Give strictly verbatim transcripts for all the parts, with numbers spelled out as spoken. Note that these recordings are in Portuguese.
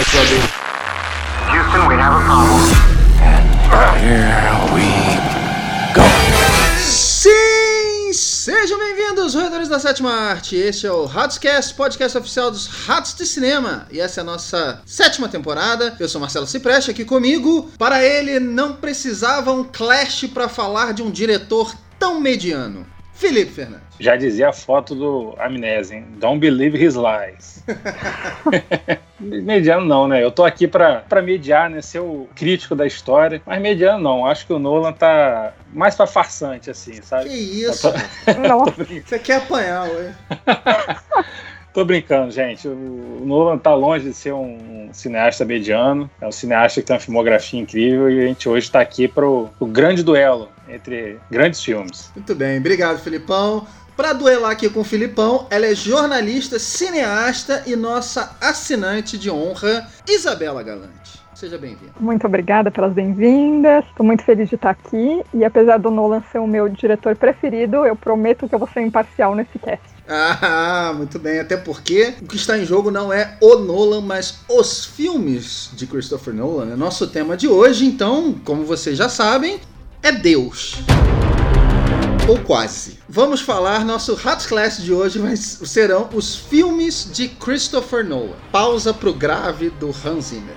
brother. Houston, we have a problem. And here we go. Sim! Sejam bem-vindos, roedores da sétima arte. Este é o Ratscast, podcast oficial dos Ratos de Cinema. E essa é a nossa sétima temporada. Eu sou Marcelo Cipreste, aqui comigo. Para ele, não precisava um clash para falar de um diretor tão mediano. Felipe Fernandes. Já dizia a foto do Amnésia, hein? Don't believe his lies. Mediano não, né? Eu tô aqui pra, pra mediar, né? Ser o crítico da história. Mas mediano não. Acho que o Nolan tá mais pra farsante, assim, sabe? Que isso? Tô... Não. Você quer apanhar, ué? Tô brincando, gente. O Nolan tá longe de ser um cineasta mediano. É um cineasta que tem uma filmografia incrível e a gente hoje tá aqui pro, pro grande duelo entre grandes filmes. Muito bem. Obrigado, Filipão. Para duelar aqui com o Filipão, ela é jornalista, cineasta e nossa assinante de honra, Isabela Galante. Seja bem-vinda. Muito obrigada pelas bem-vindas. Estou muito feliz de estar aqui. E apesar do Nolan ser o meu diretor preferido, eu prometo que eu vou ser imparcial nesse cast. Ah, muito bem. Até porque o que está em jogo não é o Nolan, mas os filmes de Christopher Nolan. É nosso tema de hoje, então, como vocês já sabem, é Deus. Ou quase. Vamos falar, nosso Hot Class de hoje mas serão os filmes de Christopher Nolan. Pausa pro grave do Hans Zimmer.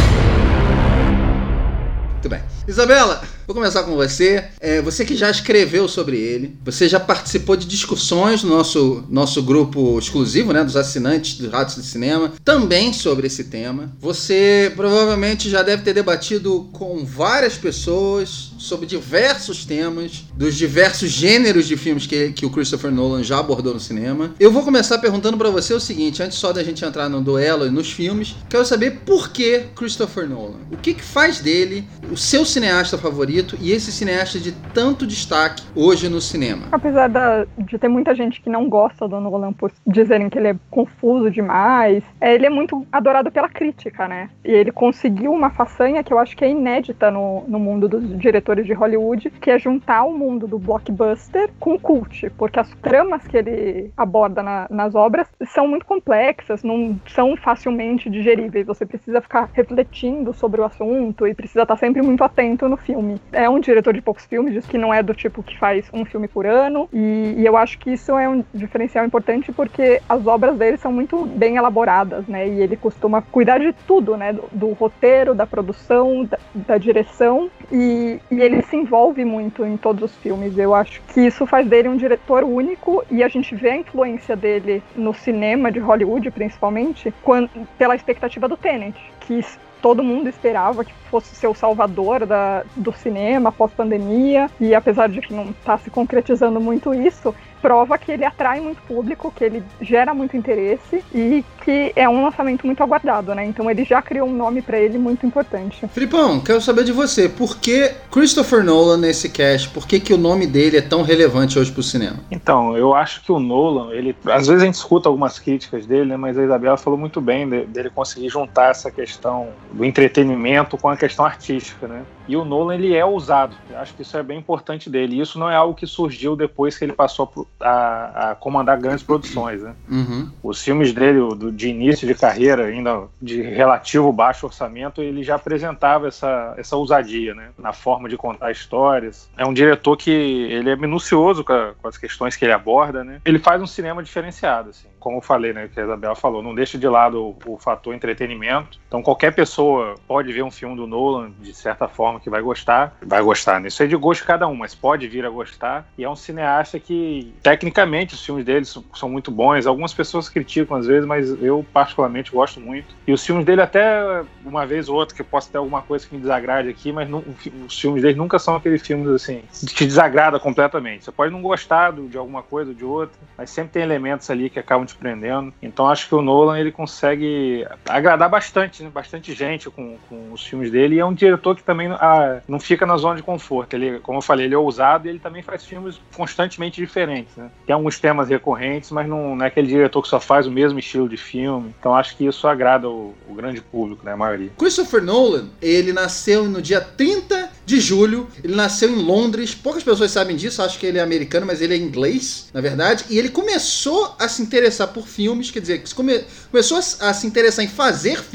Muito bem. Isabela, vou começar com você. É, você que já escreveu sobre ele, você já participou de discussões no nosso, nosso grupo exclusivo, né, dos assinantes do Ratos de Cinema, também sobre esse tema. Você provavelmente já deve ter debatido com várias pessoas sobre diversos temas, dos diversos gêneros de filmes que, que o Christopher Nolan já abordou no cinema. Eu vou começar perguntando pra você o seguinte, antes só da gente entrar no duelo e nos filmes, quero saber por que Christopher Nolan? O que que faz dele o seu cineasta favorito e esse cineasta de tanto destaque hoje no cinema? Apesar da, de ter muita gente que não gosta do Nolan por dizerem que ele é confuso demais, é, ele é muito adorado pela crítica, né? E ele conseguiu uma façanha que eu acho que é inédita no, no mundo dos diretores de Hollywood, que é juntar o mundo do blockbuster com o cult, porque as tramas que ele aborda na, nas obras são muito complexas, não são facilmente digeríveis, você precisa ficar refletindo sobre o assunto e precisa estar sempre muito atento no filme. É um diretor de poucos filmes, diz que não é do tipo que faz um filme por ano, e, e eu acho que isso é um diferencial importante porque as obras dele são muito bem elaboradas, né, e ele costuma cuidar de tudo, né, do, do roteiro, da produção, da, da direção, e, e ele se envolve muito em todos os filmes. Eu acho que isso faz dele um diretor único e a gente vê a influência dele no cinema de Hollywood, principalmente, quando, pela expectativa do Tenet, que todo mundo esperava que fosse ser o salvador da, do cinema pós-pandemia, e apesar de que não está se concretizando muito isso, prova que ele atrai muito público, que ele gera muito interesse e que é um lançamento muito aguardado, né? Então ele já criou um nome pra ele muito importante. Filipão, quero saber de você, por que Christopher Nolan nesse cast? Por que, que o nome dele é tão relevante hoje pro cinema? Então, eu acho que o Nolan, ele, às vezes a gente escuta algumas críticas dele, né? Mas a Isabela falou muito bem de, dele conseguir juntar essa questão do entretenimento com a questão artística, né? E o Nolan, ele é ousado. Eu acho que isso é bem importante dele. E isso não é algo que surgiu depois que ele passou a, a comandar grandes produções, né? Uhum. Os filmes dele, do, de início de carreira, ainda de relativo baixo orçamento, ele já apresentava essa, essa ousadia, né? Na forma de contar histórias. É um diretor que ele é minucioso com, a, com as questões que ele aborda, né? Ele faz um cinema diferenciado, assim. Como eu falei, né? Que a Isabela falou, não deixa de lado o, o fator entretenimento. Então qualquer pessoa pode ver um filme do Nolan, de certa forma, que vai gostar, vai gostar, né? Isso é de gosto de cada um, mas pode vir a gostar, e é um cineasta que, tecnicamente, os filmes dele são, são muito bons, algumas pessoas criticam às vezes, mas eu particularmente gosto muito, e os filmes dele até, uma vez ou outra, que eu posso ter alguma coisa que me desagrade aqui, mas não, os filmes dele nunca são aqueles filmes, assim, que desagrada completamente. Você pode não gostar de alguma coisa ou de outra, mas sempre tem elementos ali que acabam te prendendo, então acho que o Nolan, ele consegue agradar bastante, né? Bastante gente com, com os filmes dele, e é um diretor que também ah, não fica na zona de conforto. Ele, como eu falei, ele é ousado e ele também faz filmes constantemente diferentes, né? Tem alguns temas recorrentes, mas não, não é aquele diretor que só faz o mesmo estilo de filme. Então acho que isso agrada o, o grande público, né? A maioria. Christopher Nolan, ele nasceu no dia trinta de julho, ele nasceu em Londres, poucas pessoas sabem disso, acho que ele é americano, mas ele é inglês, na verdade, e ele começou a se interessar por filmes, quer dizer, come, começou a, a se interessar em fazer filmes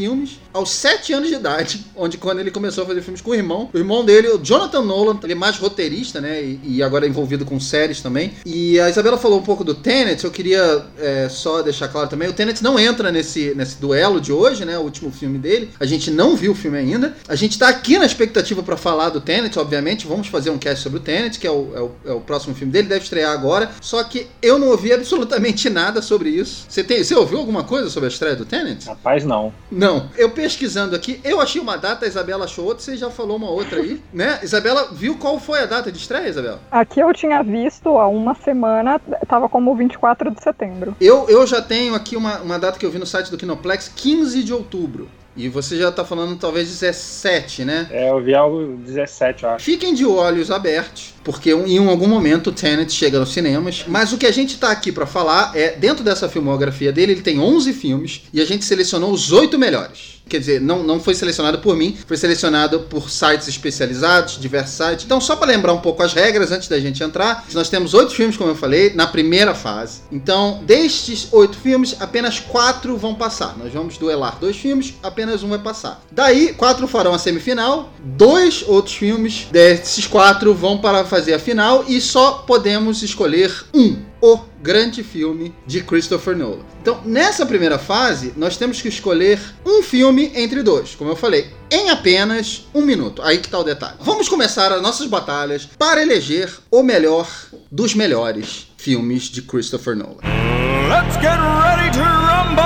aos sete anos de idade, onde quando ele começou a fazer filmes com o irmão, o irmão dele, o Jonathan Nolan, ele é mais roteirista, né, e, e agora é envolvido com séries também. E a Isabela falou um pouco do Tenet, eu queria é, só deixar claro também, o Tenet não entra nesse, nesse duelo de hoje, né, o último filme dele, a gente não viu o filme ainda, a gente tá aqui na expectativa pra falar do Tenet, obviamente, vamos fazer um cast sobre o Tenet, que é o, é o, é o próximo filme dele, deve estrear agora, só que eu não ouvi absolutamente nada sobre isso. Você, tem, você ouviu alguma coisa sobre a estreia do Tenet? Rapaz, não. Não. Eu pesquisando aqui, eu achei uma data, a Isabela achou outra, você já falou uma outra aí, né? Isabela, viu qual foi a data de estreia, Isabela? Aqui eu tinha visto há uma semana, tava como vinte e quatro de setembro. Eu, eu já tenho aqui uma, uma data que eu vi no site do Kinoplex, quinze de outubro. E você já tá falando talvez dezessete, né? É, eu vi algo dezessete, eu acho. Fiquem de olhos abertos, porque em algum momento o Tenet chega nos cinemas. Mas o que a gente tá aqui pra falar é, dentro dessa filmografia dele, ele tem onze filmes e a gente selecionou os oito melhores. Quer dizer, não, não foi selecionado por mim, foi selecionado por sites especializados, diversos sites. Então, só para lembrar um pouco as regras antes da gente entrar, nós temos oito filmes, como eu falei, na primeira fase. Então, destes oito filmes, apenas quatro vão passar. Nós vamos duelar dois filmes, apenas um vai passar. Daí, quatro farão a semifinal, dois outros filmes desses quatro vão para fazer a final e só podemos escolher um. O grande filme de Christopher Nolan. Então, nessa primeira fase, nós temos que escolher um filme entre dois, como eu falei, em apenas um minuto. Aí que tá o detalhe. Vamos começar as nossas batalhas para eleger o melhor dos melhores filmes de Christopher Nolan. Let's get ready to rumble!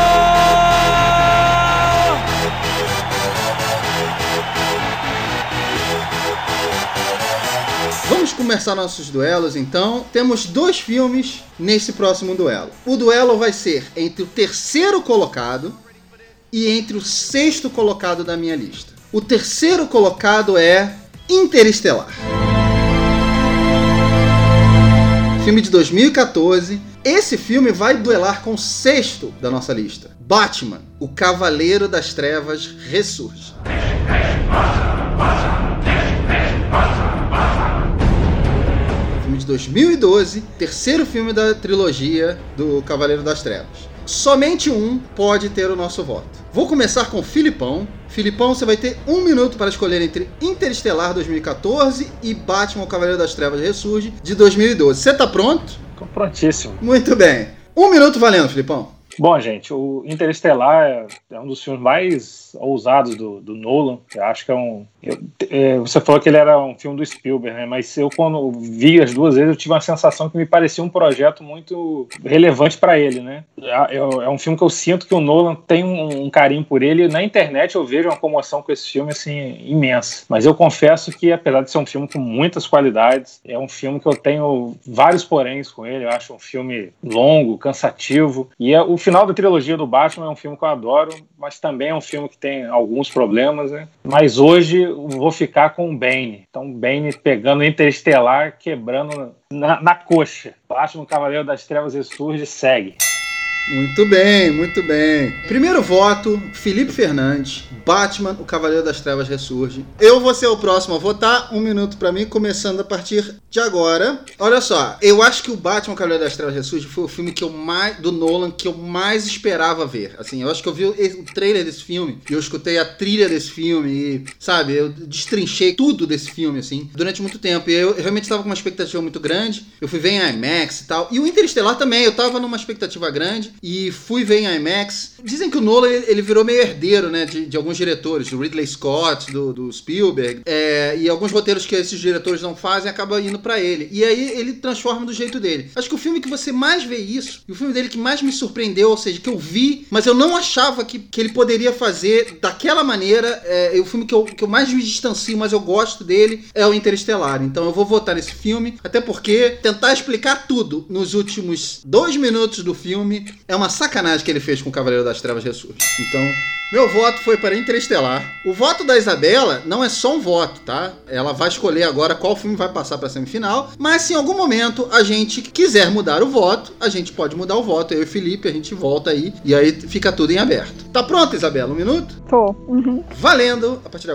Vamos começar nossos duelos, então. Temos dois filmes nesse próximo duelo. O duelo vai ser entre o terceiro colocado e entre o sexto colocado da minha lista. O terceiro colocado é Interestelar. Filme de dois mil e catorze. Esse filme vai duelar com o sexto da nossa lista. Batman, o Cavaleiro das Trevas ressurge. De dois mil e doze, terceiro filme da trilogia do Cavaleiro das Trevas. Somente um pode ter o nosso voto. Vou começar com o Filipão. Filipão, você vai ter um minuto para escolher entre Interestelar dois mil e catorze e Batman, o Cavaleiro das Trevas ressurge, de dois mil e doze. Você tá pronto? Tô prontíssimo. Muito bem. Um minuto valendo, Filipão. Bom, gente, o Interestelar é, é um dos filmes mais ousados do, do Nolan. Eu acho que é um... Eu, é, você falou que ele era um filme do Spielberg, né? Mas eu, quando vi as duas vezes, eu tive uma sensação que me parecia um projeto muito relevante para ele, né? É, é um filme que eu sinto que o Nolan tem um, um carinho por ele. Na internet eu vejo uma comoção com esse filme, assim, imensa. Mas eu confesso que, apesar de ser um filme com muitas qualidades, é um filme que eu tenho vários poréns com ele. Eu acho um filme longo, cansativo. E é, o final da trilogia do Batman é um filme que eu adoro, mas também é um filme que tem alguns problemas, né? Mas hoje vou ficar com o Bane. Então, Bane pegando Interestelar, quebrando na, na coxa. Batman, Cavaleiro das Trevas ressurge, segue. Muito bem, muito bem. Primeiro voto, Felipe Fernandes, Batman, o Cavaleiro das Trevas ressurge. Eu vou ser o próximo a votar, um minuto pra mim, começando a partir de agora. Olha só, eu acho que o Batman, o Cavaleiro das Trevas ressurge foi o filme que eu mais, do Nolan que eu mais esperava ver. Assim, eu acho que eu vi o, o trailer desse filme, e eu escutei a trilha desse filme, e, sabe, eu destrinchei tudo desse filme, assim, durante muito tempo. E eu, eu realmente estava com uma expectativa muito grande. Eu fui ver em IMAX e tal. E o Interestelar também, eu tava numa expectativa grande. E fui ver em IMAX. Dizem que o Nolan, ele virou meio herdeiro, né, de, de alguns diretores, do Ridley Scott, do, do Spielberg, é, e alguns roteiros que esses diretores não fazem acabam indo pra ele. E aí ele transforma do jeito dele. Acho que o filme que você mais vê isso, e o filme dele que mais me surpreendeu, ou seja, que eu vi, mas eu não achava que, que ele poderia fazer daquela maneira, é, é o filme que eu, que eu mais me distancio, mas eu gosto dele, é o Interestelar. Então eu vou votar nesse filme, até porque tentar explicar tudo nos últimos dois minutos do filme é uma sacanagem que ele fez com o Cavaleiro das Trevas ressurge. Então, meu voto foi para Interestelar. O voto da Isabela não é só um voto, tá? Ela vai escolher agora qual filme vai passar para a semifinal, mas se em algum momento a gente quiser mudar o voto, a gente pode mudar o voto. Eu e o Felipe, a gente volta aí e aí fica tudo em aberto. Tá pronto, Isabela? Um minuto? Tô. Uhum. Valendo, a partir de agora.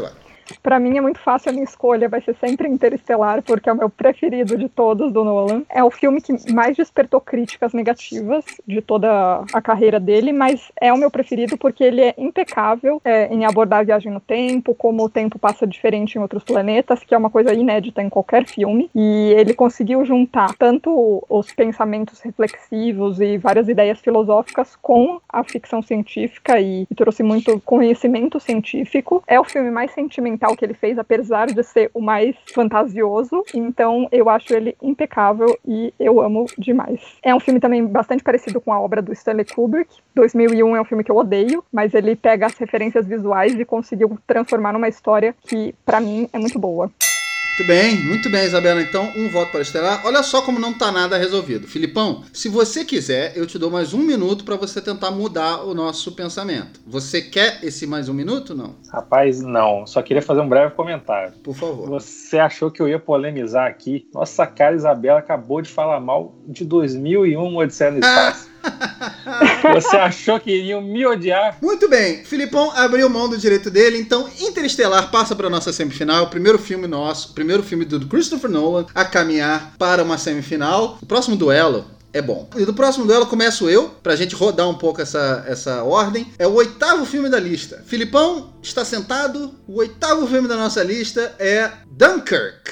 Pra mim é muito fácil a minha escolha, vai ser sempre Interestelar, porque é o meu preferido de todos do Nolan. É o filme que mais despertou críticas negativas de toda a carreira dele, mas é o meu preferido porque ele é impecável é, em abordar a viagem no tempo, como o tempo passa diferente em outros planetas, que é uma coisa inédita em qualquer filme, e ele conseguiu juntar tanto os pensamentos reflexivos e várias ideias filosóficas com a ficção científica e, e trouxe muito conhecimento científico. É o filme mais sentimental que ele fez, apesar de ser o mais fantasioso, então eu acho ele impecável e eu amo demais. É um filme também bastante parecido com a obra do Stanley Kubrick. dois mil e um é um filme que eu odeio, mas ele pega as referências visuais e conseguiu transformar numa história que, pra mim, é muito boa. Muito bem, muito bem, Isabela. Então, um voto para Estelar. Olha só como não tá nada resolvido. Filipão, se você quiser, eu te dou mais um minuto para você tentar mudar o nosso pensamento. Você quer esse mais um minuto, não? Rapaz, não. Só queria fazer um breve comentário. Por favor. Você achou que eu ia polemizar aqui? Nossa cara, Isabela acabou de falar mal de dois mil e um, Odisseia no Espaço. Você achou que iriam me odiar? Muito bem, Filipão abriu mão do direito dele, então Interestelar passa para a nossa semifinal, o primeiro filme nosso, o primeiro filme do Christopher Nolan a caminhar para uma semifinal. O próximo duelo é bom. E do próximo duelo começo eu, pra gente rodar um pouco essa, essa ordem. É o oitavo filme da lista. Filipão está sentado, o oitavo filme da nossa lista é Dunkirk,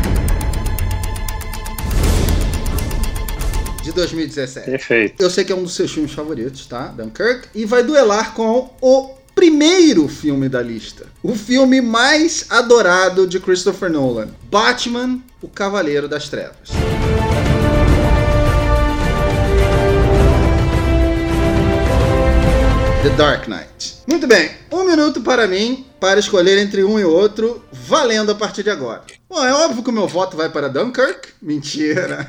de dois mil e dezessete. Perfeito. Eu sei que é um dos seus filmes favoritos, tá? Dunkirk. E vai duelar com o primeiro filme da lista. O filme mais adorado de Christopher Nolan. Batman, o Cavaleiro das Trevas. The Dark Knight. Muito bem. Um minuto para mim, para escolher entre um e outro, valendo a partir de agora. Bom, é óbvio que o meu voto vai para Dunkirk. Mentira.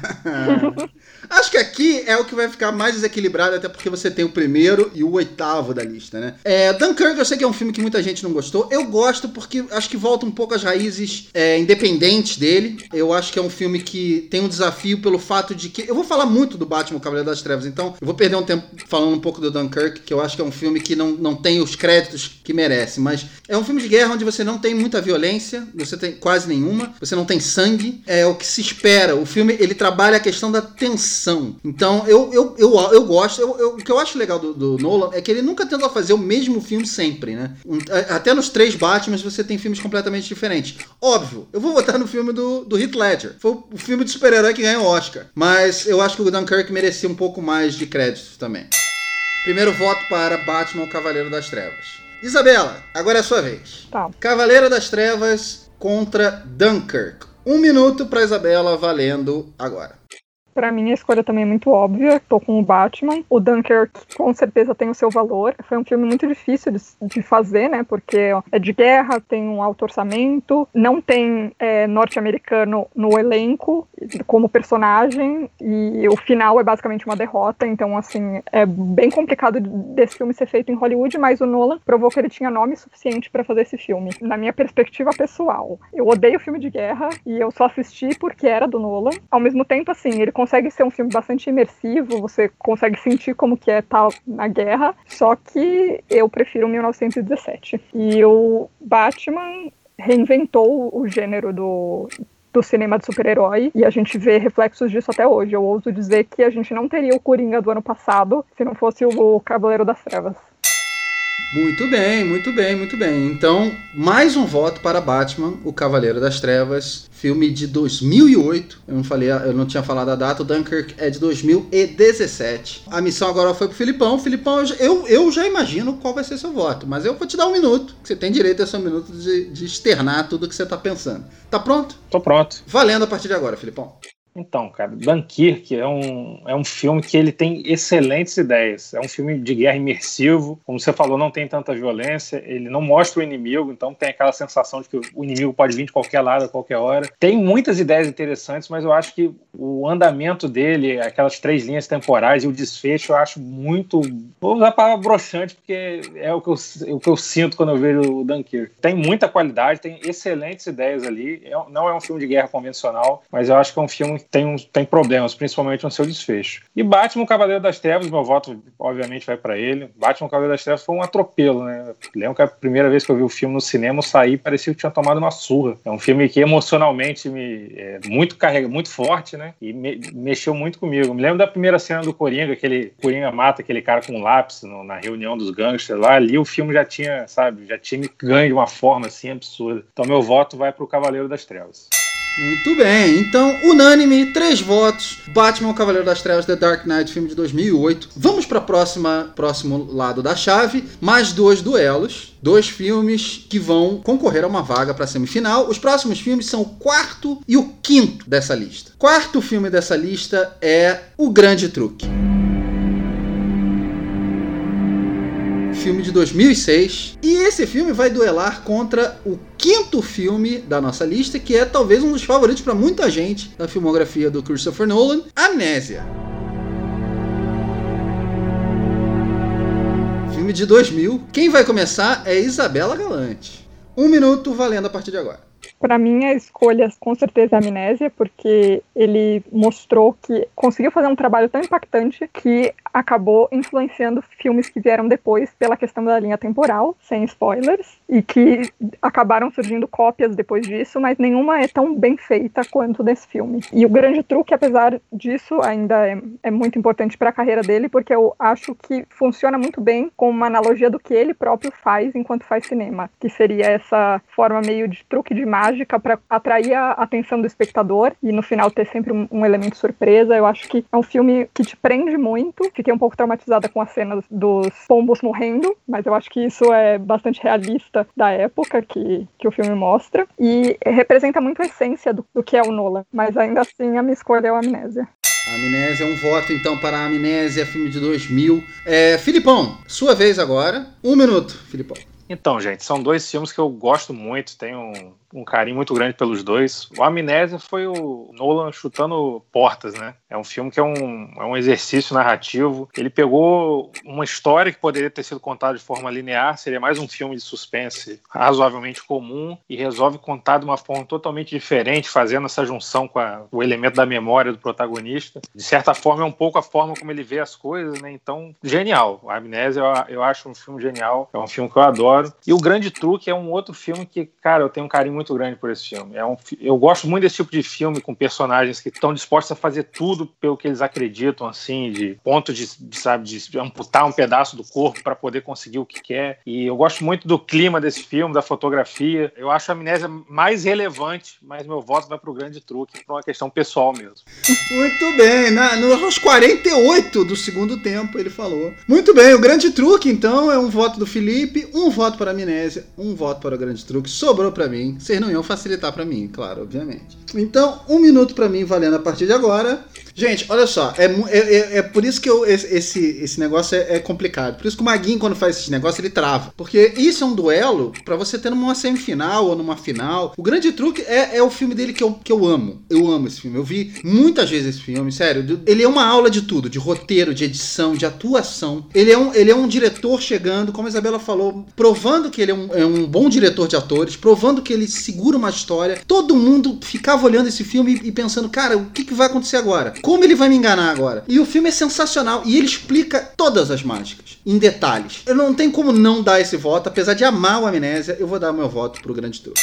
Acho que aqui é o que vai ficar mais desequilibrado, até porque você tem o primeiro e o oitavo da lista, né? É, Dunkirk, eu sei que é um filme que muita gente não gostou. Eu gosto porque acho que volta um pouco às raízes é, independentes dele. Eu acho que é um filme que tem um desafio pelo fato de que... Eu vou falar muito do Batman, o Cavaleiro das Trevas, então eu vou perder um tempo falando um pouco do Dunkirk, que eu acho que é um filme que não, não tem os créditos que merece. Mas é um filme de guerra onde você não tem muita violência, você tem quase nenhuma, você não tem sangue. É o que se espera. O filme, ele trabalha a questão da tensão. Então, eu, eu, eu, eu gosto. Eu, eu, o que eu acho legal do, do Nolan é que ele nunca tenta fazer o mesmo filme sempre, né? Até nos três Batmans você tem filmes completamente diferentes. Óbvio, eu vou votar no filme do, do Heath Ledger. Foi o filme de super-herói que ganhou o Oscar. Mas eu acho que o Dunkirk merecia um pouco mais de crédito também. Primeiro voto para Batman, o Cavaleiro das Trevas. Isabela, agora é a sua vez. Tá. Cavaleiro das Trevas contra Dunkirk. Um minuto para Isabela, valendo agora. Pra mim, a escolha também é muito óbvia. Tô com o Batman. O Dunkirk, com certeza, tem o seu valor. Foi um filme muito difícil de, de fazer, né? Porque é de guerra, tem um alto orçamento, não tem é, norte-americano no elenco como personagem, e o final é basicamente uma derrota. Então, assim, é bem complicado desse filme ser feito em Hollywood, mas o Nolan provou que ele tinha nome suficiente pra fazer esse filme. Na minha perspectiva pessoal, eu odeio filme de guerra, e eu só assisti porque era do Nolan. Ao mesmo tempo, assim, ele consegue ser um filme bastante imersivo, você consegue sentir como que é estar na guerra, só que eu prefiro mil novecentos e dezessete. E o Batman reinventou o gênero do, do cinema de super-herói, e a gente vê reflexos disso até hoje. Eu ouso dizer que a gente não teria o Coringa do ano passado se não fosse o Cavaleiro das Trevas. Muito bem, muito bem, muito bem. Então, mais um voto para Batman, o Cavaleiro das Trevas, filme de dois mil e oito. Eu não falei, eu não tinha falado a data. O Dunkirk é de dois mil e dezessete. A missão agora foi pro Filipão. Filipão, eu, eu já imagino qual vai ser seu voto, mas eu vou te dar um minuto. Você tem direito a seu minuto de, de externar tudo o que você tá pensando. Tá pronto? Tô pronto. Valendo a partir de agora, Filipão. Então, cara, Dunkirk é um, é um filme que ele tem excelentes ideias. É um filme de guerra imersivo. Como você falou, não tem tanta violência. Ele não mostra o inimigo, então tem aquela sensação de que o inimigo pode vir de qualquer lado, a qualquer hora. Tem muitas ideias interessantes, mas eu acho que o andamento dele, aquelas três linhas temporais e o desfecho, eu acho muito... Vou usar a palavra broxante, porque é o que eu, o que eu sinto quando eu vejo o Dunkirk. Tem muita qualidade, tem excelentes ideias ali. É, não é um filme de guerra convencional, mas eu acho que é um filme tem, um, tem problemas, principalmente no seu desfecho. E Batman, o Cavaleiro das Trevas, meu voto obviamente vai pra ele. Batman, o Cavaleiro das Trevas foi um atropelo, né? Lembro que a primeira vez que eu vi o filme no cinema, eu saí, parecia que tinha tomado uma surra. É um filme que emocionalmente me é muito carrega, muito forte, né? E me, mexeu muito comigo. Me lembro da primeira cena do Coringa, aquele Coringa mata aquele cara com um lápis no, na reunião dos gangsters lá. Ali o filme já tinha, sabe, já tinha me ganho de uma forma assim absurda. Então meu voto vai pro Cavaleiro das Trevas. Muito bem, então, unânime, três votos, Batman, o Cavaleiro das Trevas, The Dark Knight, filme de dois mil e oito. Vamos para próxima próximo lado da chave, mais dois duelos, dois filmes que vão concorrer a uma vaga para a semifinal. Os próximos filmes são o quarto e o quinto dessa lista. Quarto filme dessa lista é O Grande Truque. Filme de dois mil e seis, e esse filme vai duelar contra o quinto filme da nossa lista, que é talvez um dos favoritos para muita gente da filmografia do Christopher Nolan, Amnésia. Filme de dois mil. Quem vai começar é Isabela Galante. Um minuto valendo a partir de agora. Pra mim, a escolha, com certeza, é a Amnésia, porque ele mostrou que conseguiu fazer um trabalho tão impactante que acabou influenciando filmes que vieram depois pela questão da linha temporal, sem spoilers, e que acabaram surgindo cópias depois disso, mas nenhuma é tão bem feita quanto desse filme. E O Grande Truque, apesar disso, ainda é, é muito importante para a carreira dele, porque eu acho que funciona muito bem com uma analogia do que ele próprio faz enquanto faz cinema, que seria essa forma meio de truque de mágica para atrair a atenção do espectador e no final ter sempre um, um elemento surpresa. Eu acho que é um filme que te prende muito. Fiquei um pouco traumatizada com as cenas dos pombos morrendo, mas eu acho que isso é bastante realista da época que, que o filme mostra e representa muito a essência do, do que é o Nolan, mas ainda assim a minha escolha é o Amnésia. Amnésia, um voto então para a Amnésia, filme de dois mil. É, Filipão, sua vez agora. Um minuto, Filipão. Então, gente, são dois filmes que eu gosto muito, tenho um, um carinho muito grande pelos dois. O Amnésia foi o Nolan chutando portas, né? É um filme que é um, é um exercício narrativo. Ele pegou uma história que poderia ter sido contada de forma linear, seria mais um filme de suspense razoavelmente comum, e resolve contar de uma forma totalmente diferente, fazendo essa junção com a, o elemento da memória do protagonista. De certa forma, é um pouco a forma como ele vê as coisas, né? Então, genial. A Amnésia eu, eu acho um filme genial, é um filme que eu adoro. E O Grande Truque é um outro filme que, cara, eu tenho um carinho muito grande por esse filme. É um, eu gosto muito desse tipo de filme com personagens que estão dispostos a fazer tudo pelo que eles acreditam, assim, de ponto de, de, sabe, de amputar um pedaço do corpo para poder conseguir o que quer. E eu gosto muito do clima desse filme, da fotografia. Eu acho a Amnésia mais relevante, mas meu voto vai para O Grande Truque, por uma questão pessoal mesmo. Muito bem, na, nos quarenta e oito do segundo tempo ele falou. Muito bem, O Grande Truque, então, é um voto do Felipe, um voto para a Amnésia, um voto para O Grande Truque. Sobrou para mim. Vocês não iam facilitar para mim, claro, obviamente. Então, um minuto para mim valendo a partir de agora. Gente, olha só, é, é, é por isso que eu, esse, esse negócio é, é complicado. Por isso que o Maguinho, quando faz esse negócio, ele trava. Porque isso é um duelo pra você ter numa semifinal ou numa final. O Grande Truque é, é o filme dele que eu, que eu amo. Eu amo esse filme. Eu vi muitas vezes esse filme, sério. Ele é uma aula de tudo, de roteiro, de edição, de atuação. Ele é um, ele é um diretor chegando, como a Isabela falou, provando que ele é um, é um bom diretor de atores, provando que ele segura uma história. Todo mundo ficava olhando esse filme e pensando, cara, o que, que vai acontecer agora? Como ele vai me enganar agora? E o filme é sensacional. E ele explica todas as mágicas, em detalhes. Eu não tenho como não dar esse voto. Apesar de amar o Amnésia, eu vou dar o meu voto pro Grande Truque.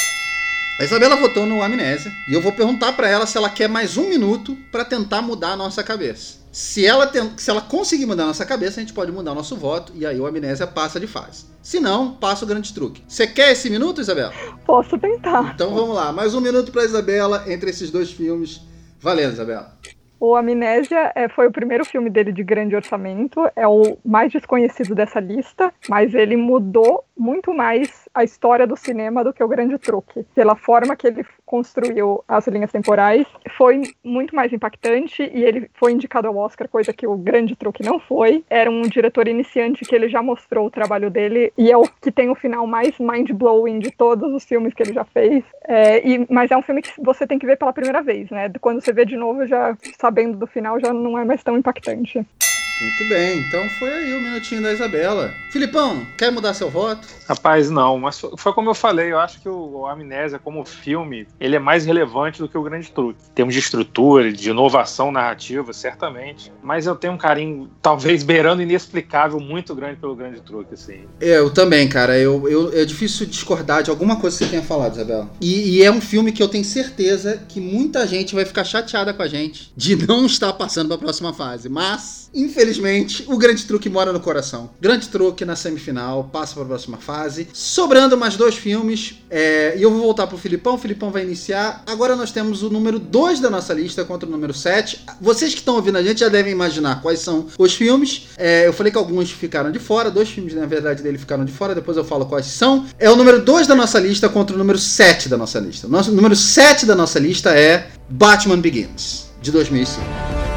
A Isabela votou no Amnésia. E eu vou perguntar pra ela se ela quer mais um minuto pra tentar mudar a nossa cabeça. Se ela, tem, se ela conseguir mudar a nossa cabeça, a gente pode mudar o nosso voto. E aí o Amnésia passa de fase. Se não, passa o Grande Truque. Você quer esse minuto, Isabela? Posso tentar. Então vamos lá. Mais um minuto pra Isabela entre esses dois filmes. Valendo, Isabela. O Amnésia é, foi o primeiro filme dele de grande orçamento, é o mais desconhecido dessa lista, mas ele mudou muito mais a história do cinema do que O Grande Truque. Pela forma que ele construiu as linhas temporais, foi muito mais impactante e ele foi indicado ao Oscar, coisa que O Grande Truque não foi. Era um diretor iniciante que ele já mostrou o trabalho dele e é o que tem o final mais mind-blowing de todos os filmes que ele já fez. É, e, mas é um filme que você tem que ver pela primeira vez, né? Quando você vê de novo, já sabendo do final, já não é mais tão impactante. Muito bem, então foi aí o minutinho da Isabela. Filipão, quer mudar seu voto? Rapaz, não, mas foi como eu falei, eu acho que o Amnésia como filme, ele é mais relevante do que o Grande Truque. Em termos de estrutura, de inovação narrativa, certamente, mas eu tenho um carinho, talvez beirando inexplicável, muito grande pelo Grande Truque, assim. Eu também, cara, eu, eu, é difícil discordar de alguma coisa que você tenha falado, Isabela. E, e é um filme que eu tenho certeza que muita gente vai ficar chateada com a gente de não estar passando para a próxima fase, mas, infelizmente, o Grande Truque mora no coração. Grande Truque na semifinal, passa para a próxima fase, sobrando mais dois filmes, é, e eu vou voltar pro Filipão, o Filipão vai iniciar. Agora nós temos o número dois da nossa lista contra o número sete. Vocês que estão ouvindo a gente já devem imaginar quais são os filmes. É, eu falei que alguns ficaram de fora, dois filmes na verdade dele ficaram de fora, depois eu falo quais são. É o número dois da nossa lista contra o número sete da nossa lista. O nosso, o número sete da nossa lista é Batman Begins, de dois mil e cinco.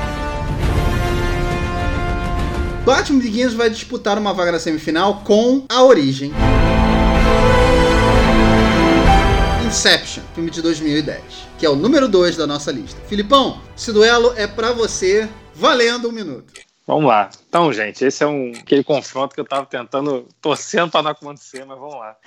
Batman Begins vai disputar uma vaga na semifinal com A Origem, Inception, filme de dois mil e dez, que é o número dois da nossa lista. Filipão, esse duelo é pra você, valendo um minuto. Vamos lá. Então, gente, esse é um, aquele confronto que eu tava tentando, torcendo para não acontecer, mas vamos lá.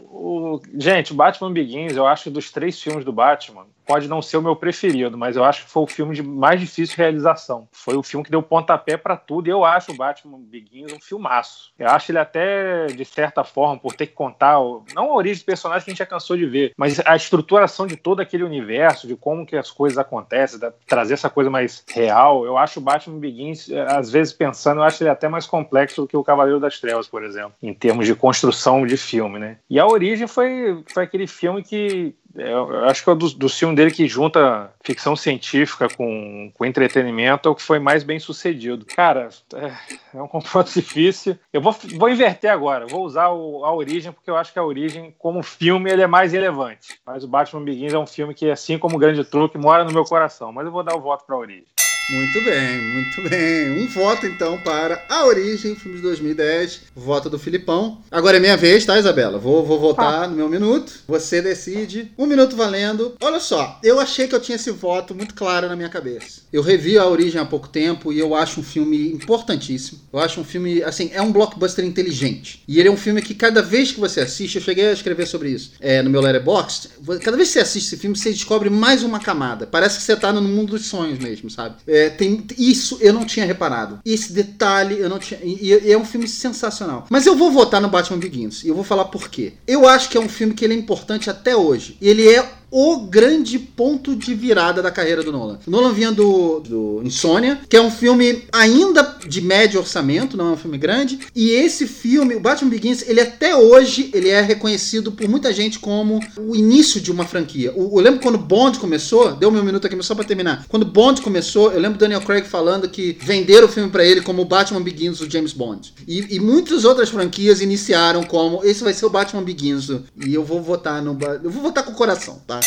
O, gente, o Batman Begins, eu acho que dos três filmes do Batman, pode não ser o meu preferido, mas eu acho que foi o filme de mais difícil de realização. Foi o filme que deu pontapé para tudo, e eu acho o Batman Begins um filmaço. Eu acho ele até, de certa forma, por ter que contar, não a origem do personagem que a gente já cansou de ver, mas a estruturação de todo aquele universo, de como que as coisas acontecem, da, trazer essa coisa mais real. Eu acho o Batman Begins, às vezes pensando, eu acho ele até mais complexo do que o Cavaleiro das Trevas, por exemplo, em termos de construção de filme, né? E A Origem foi, foi aquele filme que eu acho que é o do, do filme dele que junta ficção científica com, com entretenimento, é o que foi mais bem sucedido. Cara, é, é um confronto difícil. Eu vou, vou inverter agora, vou usar o, A Origem, porque eu acho que A Origem, como filme, ele é mais relevante. Mas o Batman Begins é um filme que, assim como o Grande Truque, mora no meu coração. Mas eu vou dar o voto para A Origem. Muito bem, muito bem. Um voto, então, para A Origem, filme de dois mil e dez. Voto do Filipão. Agora é minha vez, tá, Isabela? Vou, vou votar ah. no meu minuto. Você decide. Um minuto valendo. Olha só, eu achei que eu tinha esse voto muito claro na minha cabeça. Eu revi A Origem há pouco tempo e eu acho um filme importantíssimo. Eu acho um filme, assim, é um blockbuster inteligente. E ele é um filme que cada vez que você assiste, eu cheguei a escrever sobre isso é, no meu Letterboxd, cada vez que você assiste esse filme, você descobre mais uma camada. Parece que você tá no mundo dos sonhos mesmo, sabe? É, tem, isso eu não tinha reparado. Esse detalhe eu não tinha... E, e é um filme sensacional. Mas eu vou votar no Batman Begins. E eu vou falar por quê. Eu acho que é um filme que ele é importante até hoje. Ele é o grande ponto de virada da carreira do Nolan. O Nolan vinha do, do Insônia, que é um filme ainda de médio orçamento, não é um filme grande, e esse filme, o Batman Begins, ele até hoje, ele é reconhecido por muita gente como o início de uma franquia. O, eu lembro quando Bond começou, deu meu minuto aqui, mas só pra terminar, quando Bond começou, eu lembro do Daniel Craig falando que venderam o filme pra ele como o Batman Begins do James Bond. E, e muitas outras franquias iniciaram como, esse vai ser o Batman Begins, e eu vou votar no... Eu vou votar com o coração, tá?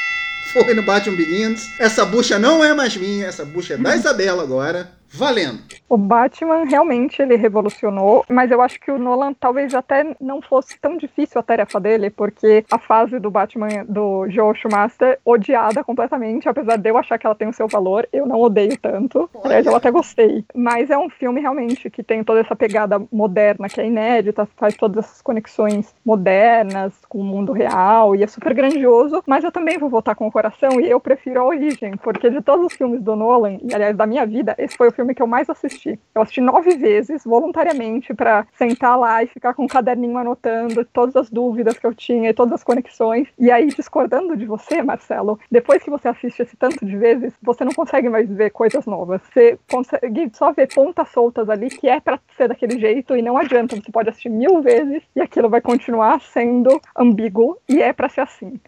Foi no Batman Begins. Essa bucha não é mais minha, essa bucha é da Isabela agora. Valendo. O Batman realmente ele revolucionou, mas eu acho que o Nolan talvez até não fosse tão difícil a tarefa dele, porque a fase do Batman do Joel Schumacher, odiada completamente, apesar de eu achar que ela tem o seu valor, eu não odeio tanto. Aliás, eu até gostei. Mas é um filme realmente que tem toda essa pegada moderna, que é inédita, faz todas essas conexões modernas com o mundo real, e é super grandioso, mas eu também vou votar com o coração, e eu prefiro A Origem, porque de todos os filmes do Nolan, e aliás, da minha vida, esse foi o filme que eu mais assisti. Eu assisti nove vezes, voluntariamente, pra sentar lá e ficar com um caderninho anotando todas as dúvidas que eu tinha e todas as conexões. E aí, discordando de você, Marcelo, depois que você assiste esse tanto de vezes, você não consegue mais ver coisas novas. Você consegue só ver pontas soltas ali que é pra ser daquele jeito e não adianta. Você pode assistir mil vezes e aquilo vai continuar sendo ambíguo e é pra ser assim.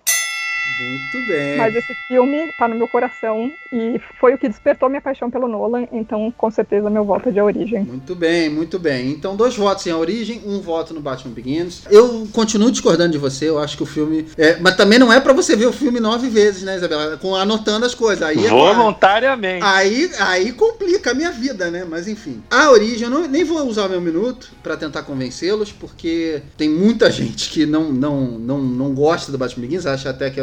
Muito bem. Mas esse filme tá no meu coração e foi o que despertou minha paixão pelo Nolan, então com certeza meu voto é de A Origem. Muito bem, muito bem. Então dois votos em A Origem, um voto no Batman Begins. Eu continuo discordando de você, eu acho que o filme... É, mas também não é pra você ver o filme nove vezes, né, Isabela? Com, anotando as coisas. Aí é Voluntariamente. Pra... Aí, aí complica a minha vida, né? Mas enfim. A Origem, eu não, nem vou usar o meu minuto pra tentar convencê-los, porque tem muita gente que não, não, não, não gosta do Batman Begins, acha até que é o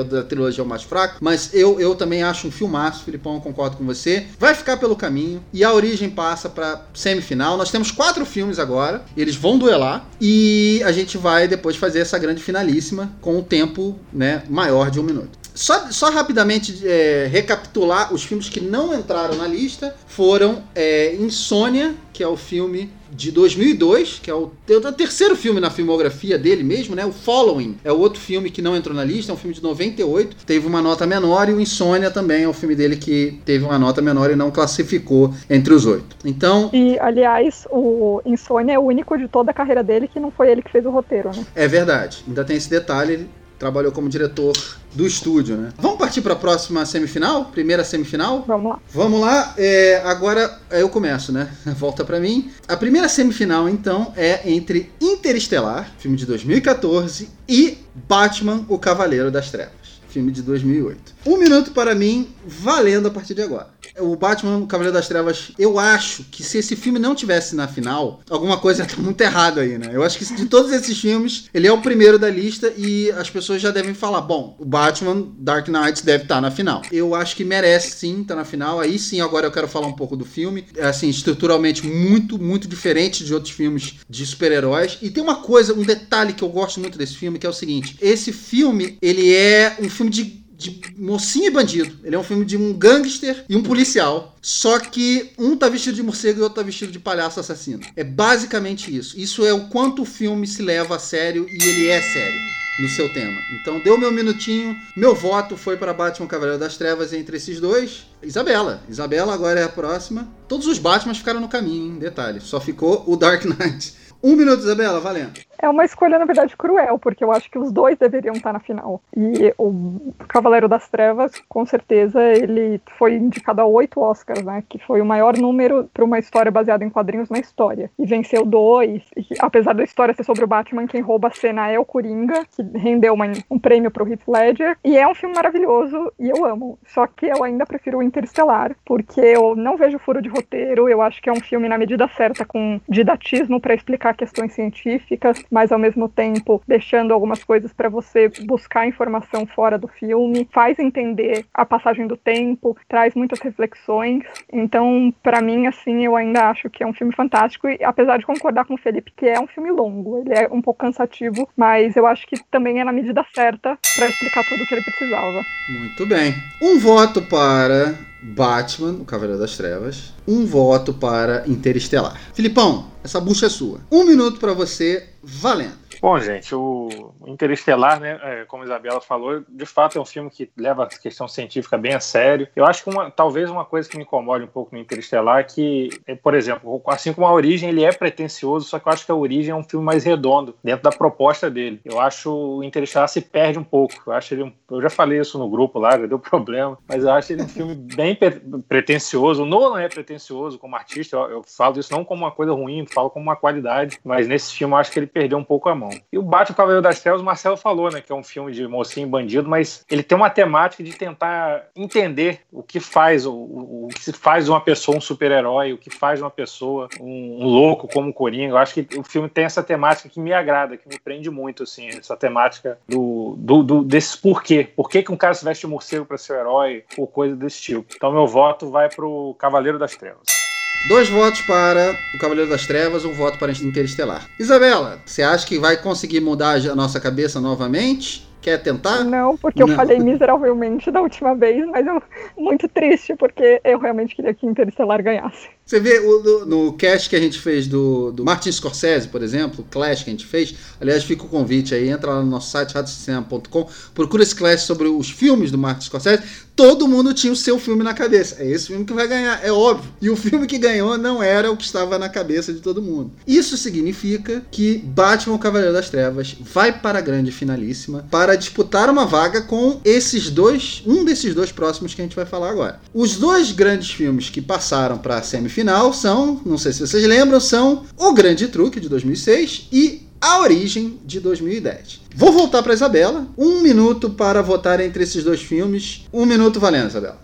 da trilogia é o mais fraco, mas eu, eu também acho um filmaço, Filipão, eu concordo com você. Vai ficar pelo caminho e A Origem passa pra semifinal. Nós temos quatro filmes agora, eles vão duelar e a gente vai depois fazer essa grande finalíssima com um tempo, né, maior de um minuto. Só, só rapidamente é, recapitular, os filmes que não entraram na lista foram é, Insônia, que é o filme de dois mil e dois, que é o, é o terceiro filme na filmografia dele mesmo, né? O Following é o outro filme que não entrou na lista, é um filme de noventa e oito, teve uma nota menor, e o Insônia também é o filme dele que teve uma nota menor e não classificou entre os oito. Então... E, aliás, o Insônia é o único de toda a carreira dele que não foi ele que fez o roteiro, né? É verdade, ainda tem esse detalhe, ele trabalhou como diretor do estúdio, né? Vamos partir para a próxima semifinal? Primeira semifinal? Vamos lá. Vamos lá. É, agora eu começo, né? Volta para mim. A primeira semifinal, então, é entre Interestelar, filme de dois mil e catorze, e Batman, o Cavaleiro das Trevas, filme de dois mil e oito. Um minuto para mim, valendo a partir de agora. O Batman, o Cavaleiro das Trevas, eu acho que se esse filme não tivesse na final, alguma coisa tá muito errada aí, né? Eu acho que de todos esses filmes, ele é o primeiro da lista e as pessoas já devem falar, bom, o Batman Dark Knight deve estar na final. Eu acho que merece sim estar na final. Aí sim, agora eu quero falar um pouco do filme. É assim, estruturalmente muito, muito diferente de outros filmes de super-heróis. E tem uma coisa, um detalhe que eu gosto muito desse filme, que é o seguinte, esse filme, ele é um filme de de mocinho e bandido. Ele é um filme de um gangster e um policial. Só que um tá vestido de morcego e o outro tá vestido de palhaço assassino. É basicamente isso. Isso é o quanto o filme se leva a sério e ele é sério no seu tema. Então deu meu minutinho. Meu voto foi para Batman Cavaleiro das Trevas entre esses dois. Isabela. Isabela agora é a próxima. Todos os Batmans ficaram no caminho, hein? Detalhe. Só ficou o Dark Knight. Um minuto, Isabela, valendo. É uma escolha, na verdade, cruel, porque eu acho que os dois deveriam estar na final. E o Cavaleiro das Trevas, com certeza, ele foi indicado a oito Oscars, né? Que foi o maior número para uma história baseada em quadrinhos na história. E venceu dois. E, apesar da história ser sobre o Batman, quem rouba a cena é o Coringa, que rendeu uma, um prêmio para o Heath Ledger. E é um filme maravilhoso e eu amo. Só que eu ainda prefiro o Interestelar, porque eu não vejo furo de roteiro. Eu acho que é um filme na medida certa, com didatismo para explicar questões científicas, mas ao mesmo tempo deixando algumas coisas para você buscar informação fora do filme, faz entender a passagem do tempo, traz muitas reflexões. Então, para mim, assim, eu ainda acho que é um filme fantástico, e apesar de concordar com o Felipe que é um filme longo, ele é um pouco cansativo, mas eu acho que também é na medida certa para explicar tudo o que ele precisava. Muito bem. Um voto para Batman, o Cavaleiro das Trevas. Um voto para Interestelar. Filipão, essa bucha é sua. Um minuto para você, valendo. Bom, gente, o Interestelar, né, é, como a Isabela falou, de fato é um filme que leva a questão científica bem a sério. Eu acho que uma, talvez uma coisa que me incomode um pouco no Interestelar é que, é, por exemplo, assim como A Origem, ele é pretencioso, só que eu acho que A Origem é um filme mais redondo dentro da proposta dele. Eu acho o Interestelar se perde um pouco. Eu acho ele um, eu já falei isso no grupo lá, já deu problema, mas eu acho ele um filme bem pre- pretencioso. O Nolan é pretencioso como artista, eu, eu falo isso não como uma coisa ruim, falo como uma qualidade, mas nesse filme eu acho que ele perdeu um pouco a mão. E o Batman Cavaleiro das Trevas, o Marcelo falou, né, que é um filme de mocinho e bandido, mas ele tem uma temática de tentar entender o que faz, o, o, o que se faz de uma pessoa um super-herói, o que faz de uma pessoa um, um louco como o Coringa. Eu acho que o filme tem essa temática que me agrada, que me prende muito, assim, essa temática do, do, do, desses porquê. Por que que um cara se veste de morcego para ser um herói, ou coisa desse tipo. Então meu voto vai pro Cavaleiro das Trevas. Dois votos para o Cavaleiro das Trevas, um voto para Interestelar. Isabela, você acha que vai conseguir mudar a nossa cabeça novamente? Quer tentar? Não, porque Não. eu falei miseravelmente da última vez, mas eu muito triste, porque eu realmente queria que Interestelar ganhasse. Você vê o, no, no cast que a gente fez do, do Martin Scorsese, por exemplo, o Clash que a gente fez, aliás, fica o convite aí, entra lá no nosso site rádio cinema ponto com, procura esse Clash sobre os filmes do Martin Scorsese, todo mundo tinha o seu filme na cabeça. É esse filme que vai ganhar, é óbvio. E o filme que ganhou não era o que estava na cabeça de todo mundo. Isso significa que Batman, o Cavaleiro das Trevas, vai para a grande finalíssima para disputar uma vaga com esses dois, um desses dois próximos que a gente vai falar agora. Os dois grandes filmes que passaram para a semifinal são, não sei se vocês lembram, são O Grande Truque, de dois mil e seis, e A Origem, de dois mil e dez. Vou voltar para a Isabela. Um minuto para votar entre esses dois filmes. Um minuto valendo, Isabela.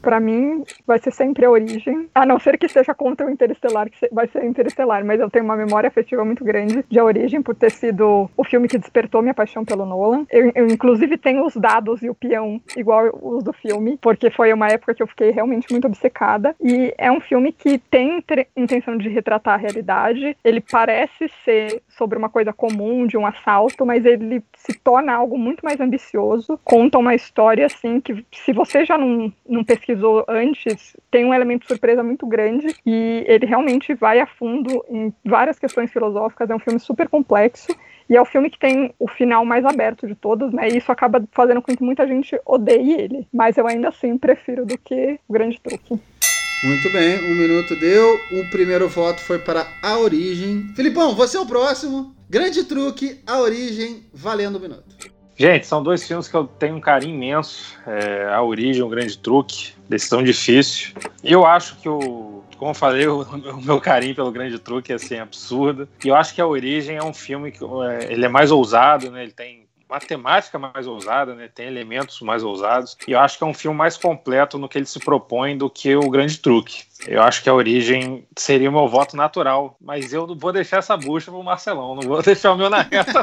Pra mim, vai ser sempre A Origem. A não ser que seja contra o Interestelar, que vai ser Interestelar. Mas eu tenho uma memória afetiva muito grande de A Origem, por ter sido o filme que despertou minha paixão pelo Nolan. Eu, eu inclusive, tenho os dados e o peão igual os do filme, porque foi uma época que eu fiquei realmente muito obcecada. E é um filme que tem tre- intenção de retratar a realidade. Ele parece ser sobre uma coisa comum, de um assalto, mas ele se torna algo muito mais ambicioso. Conta uma história, assim, que se você já não, não pesquisou antes, tem um elemento de surpresa muito grande, e ele realmente vai a fundo em várias questões filosóficas. É um filme super complexo, e é o filme que tem o final mais aberto de todos, né, e isso acaba fazendo com que muita gente odeie ele, mas eu ainda assim prefiro do que O Grande Truque. Muito bem, um minuto deu. O primeiro voto foi para A Origem. Filipão, você é o próximo. Grande Truque, A Origem, valendo um minuto. Gente, são dois filmes que eu tenho um carinho imenso. É, A Origem, O Grande Truque, decisão difícil. E eu acho que o... Como eu falei, o, o meu carinho pelo Grande Truque é assim, absurdo. E eu acho que A Origem é um filme que é, ele é mais ousado, né? Ele tem uma temática mais ousada, né? Tem elementos mais ousados. E eu acho que é um filme mais completo no que ele se propõe do que O Grande Truque. Eu acho que A Origem seria o meu voto natural, mas eu não vou deixar essa bucha pro Marcelão, não vou deixar o meu na reta.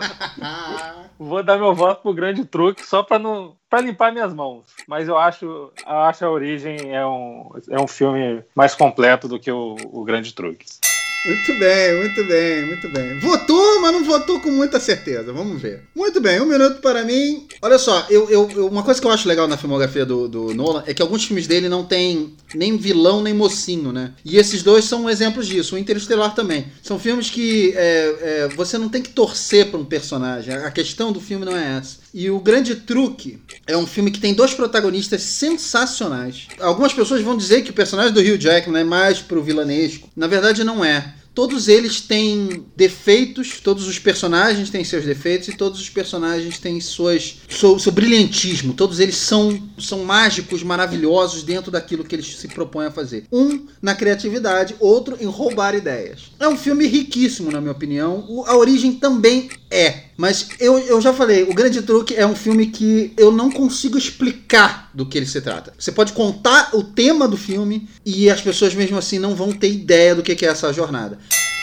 Vou dar meu voto pro Grande Truque só para não para limpar minhas mãos. Mas eu acho, eu acho A Origem é um, é um filme mais completo do que o, o Grande Truque. Muito bem, muito bem, muito bem. Votou, mas não votou com muita certeza. Vamos ver. Muito bem, um minuto para mim. Olha só, eu, eu, eu, uma coisa que eu acho legal na filmografia do, do Nolan é que alguns filmes dele não tem nem vilão nem mocinho, né? E esses dois são exemplos disso. O Interestelar também. São filmes que é, é, você não tem que torcer para um personagem. A questão do filme não é essa. E O Grande Truque é um filme que tem dois protagonistas sensacionais. Algumas pessoas vão dizer que o personagem do Hugh Jackman é mais pro vilanesco. Na verdade, não é. Todos eles têm defeitos, todos os personagens têm seus defeitos e todos os personagens têm suas, seu, seu brilhantismo. Todos eles são, são mágicos, maravilhosos dentro daquilo que eles se propõem a fazer. Um na criatividade, outro em roubar ideias. É um filme riquíssimo, na minha opinião. O, A Origem também é. Mas eu, eu já falei, O Grande Truque é um filme que eu não consigo explicar do que ele se trata. Você pode contar o tema do filme e as pessoas mesmo assim não vão ter ideia do que é essa jornada.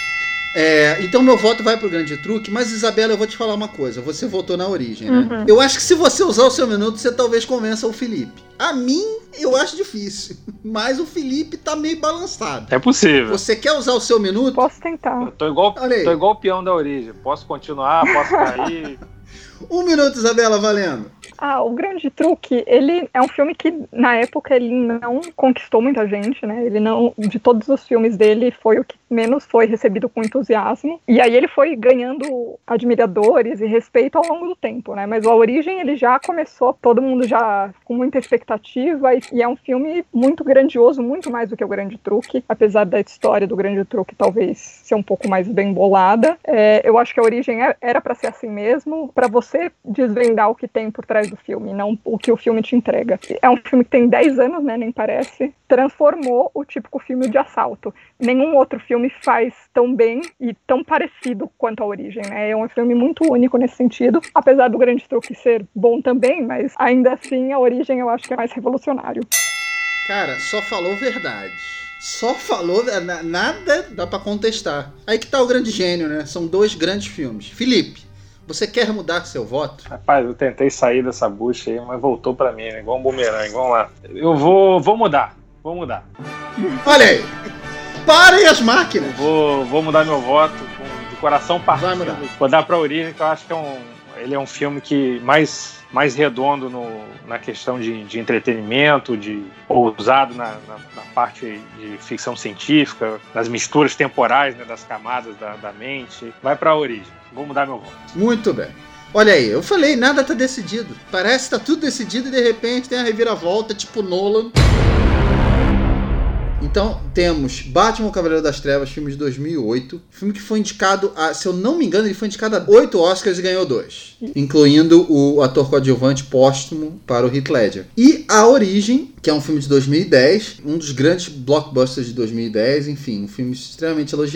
É, então meu voto vai pro Grande Truque, mas Isabela, eu vou te falar uma coisa. Você votou Na Origem, né? Uhum. Eu acho que se você usar o seu minuto, você talvez convença o Felipe. A mim, eu acho difícil. Mas o Felipe tá meio balançado. É possível. Você quer usar o seu minuto? Posso tentar. Eu tô igual, tô igual o peão da Origem. Posso continuar, posso cair. Um minuto, Isabela, valendo. Ah, O Grande Truque, ele é um filme que, na época, ele não conquistou muita gente, né? Ele não, de todos os filmes dele, foi o que menos foi recebido com entusiasmo. E aí ele foi ganhando admiradores e respeito ao longo do tempo, né? Mas A Origem, ele já começou, todo mundo já com muita expectativa, e, e é um filme muito grandioso, muito mais do que O Grande Truque, apesar da história do Grande Truque talvez ser um pouco mais bem bolada. É, eu acho que A Origem era pra ser assim mesmo, pra você desvendar o que tem por trás do filme, não o que o filme te entrega. É um filme que tem dez anos, né, nem parece, transformou o típico filme de assalto. Nenhum outro filme faz tão bem e tão parecido quanto A Origem, né? É um filme muito único nesse sentido, apesar do Grande Truque ser bom também, mas ainda assim A Origem eu acho que é mais revolucionário. Cara, só falou verdade. Só falou, nada dá pra contestar. Aí que tá o grande gênio, né? São dois grandes filmes. Felipe, você quer mudar seu voto? Rapaz, eu tentei sair dessa bucha aí, mas voltou pra mim, né? Igual um bumerangue. Vamos lá. Eu vou, vou mudar. Vou mudar. Olha aí. Parem as máquinas. Vou, vou mudar meu voto com, de coração partido. Vai mudar. Vou dar pra Origem, que eu acho que é um, ele é um filme que mais, mais redondo no, na questão de, de entretenimento, de ousado na, na, na parte de ficção científica, das misturas temporais, né, das camadas da, da mente. Vai pra Origem. Vou mudar meu voto. Muito bem. Olha aí, eu falei, nada tá decidido. Parece que tá tudo decidido e de repente tem a reviravolta, tipo Nolan. Então, temos Batman, o Cavaleiro das Trevas, filme de dois mil e oito. Filme que foi indicado, a, se eu não me engano, ele foi indicado a oito Oscars e ganhou dois. Incluindo o ator coadjuvante póstumo para o Heath Ledger. E A Origem, que é um filme de dois mil e dez, um dos grandes blockbusters de dois mil e dez, enfim, um filme extremamente elogiado,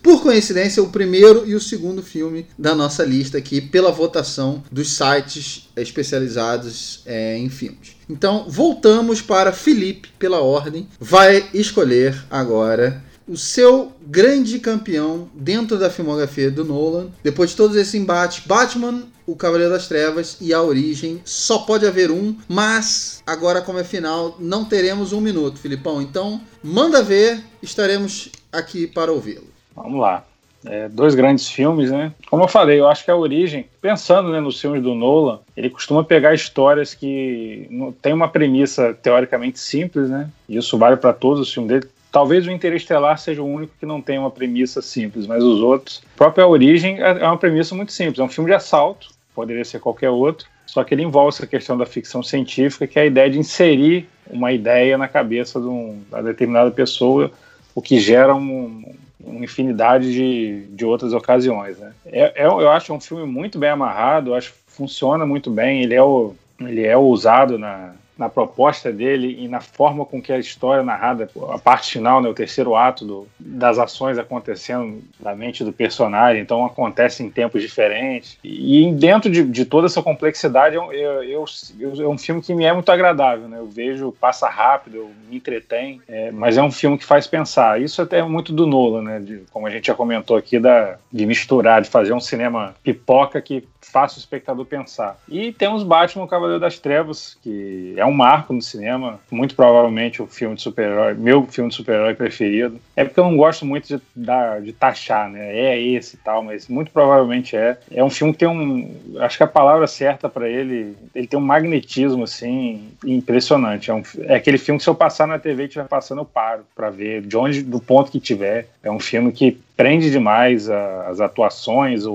por coincidência, o primeiro e o segundo filme da nossa lista aqui, pela votação dos sites especializados é, em filmes. Então, voltamos para Felipe, pela ordem, vai escolher agora o seu grande campeão dentro da filmografia do Nolan. Depois de todos esses embates, Batman, O Cavaleiro das Trevas e A Origem. Só pode haver um, mas agora, como é final, não teremos um minuto, Filipão. Então, manda ver, estaremos aqui para ouvi-lo. Vamos lá. É, dois grandes filmes, né? Como eu falei, eu acho que A Origem, pensando, né, nos filmes do Nolan, ele costuma pegar histórias que tem uma premissa teoricamente simples, né? E isso vale para todos os filmes dele. Talvez o Interestelar seja o único que não tem uma premissa simples, mas os outros... A própria Origem é uma premissa muito simples. É um filme de assalto, poderia ser qualquer outro, só que ele envolve essa questão da ficção científica, que é a ideia de inserir uma ideia na cabeça de uma determinada pessoa, o que gera um, uma infinidade de, de outras ocasiões, né? É, é, eu acho um filme muito bem amarrado, eu acho que funciona muito bem, ele é, o, ele é ousado na... na proposta dele e na forma com que a história é narrada, a parte final, né, o terceiro ato do, das ações acontecendo na mente do personagem, então acontece em tempos diferentes, e dentro de, de toda essa complexidade eu, eu, eu, é um filme que me é muito agradável, né? Eu vejo, passa rápido, eu me entretém, é, mas é um filme que faz pensar. Isso até é muito do Nolan, né? De, como a gente já comentou aqui, da, de misturar, de fazer um cinema pipoca que faça o espectador pensar. E temos Batman, o Cavaleiro das Trevas, que é um marco no cinema, muito provavelmente o filme de super-herói, meu filme de super-herói preferido. É porque eu não gosto muito de, de taxar, né? É esse e tal, mas muito provavelmente é. É um filme que tem um... Acho que a palavra certa pra ele, ele tem um magnetismo, assim, impressionante. É, um, é aquele filme que se eu passar na T V e estiver passando, eu paro pra ver, de onde, do ponto que tiver. É um filme que prende demais a, as atuações, o,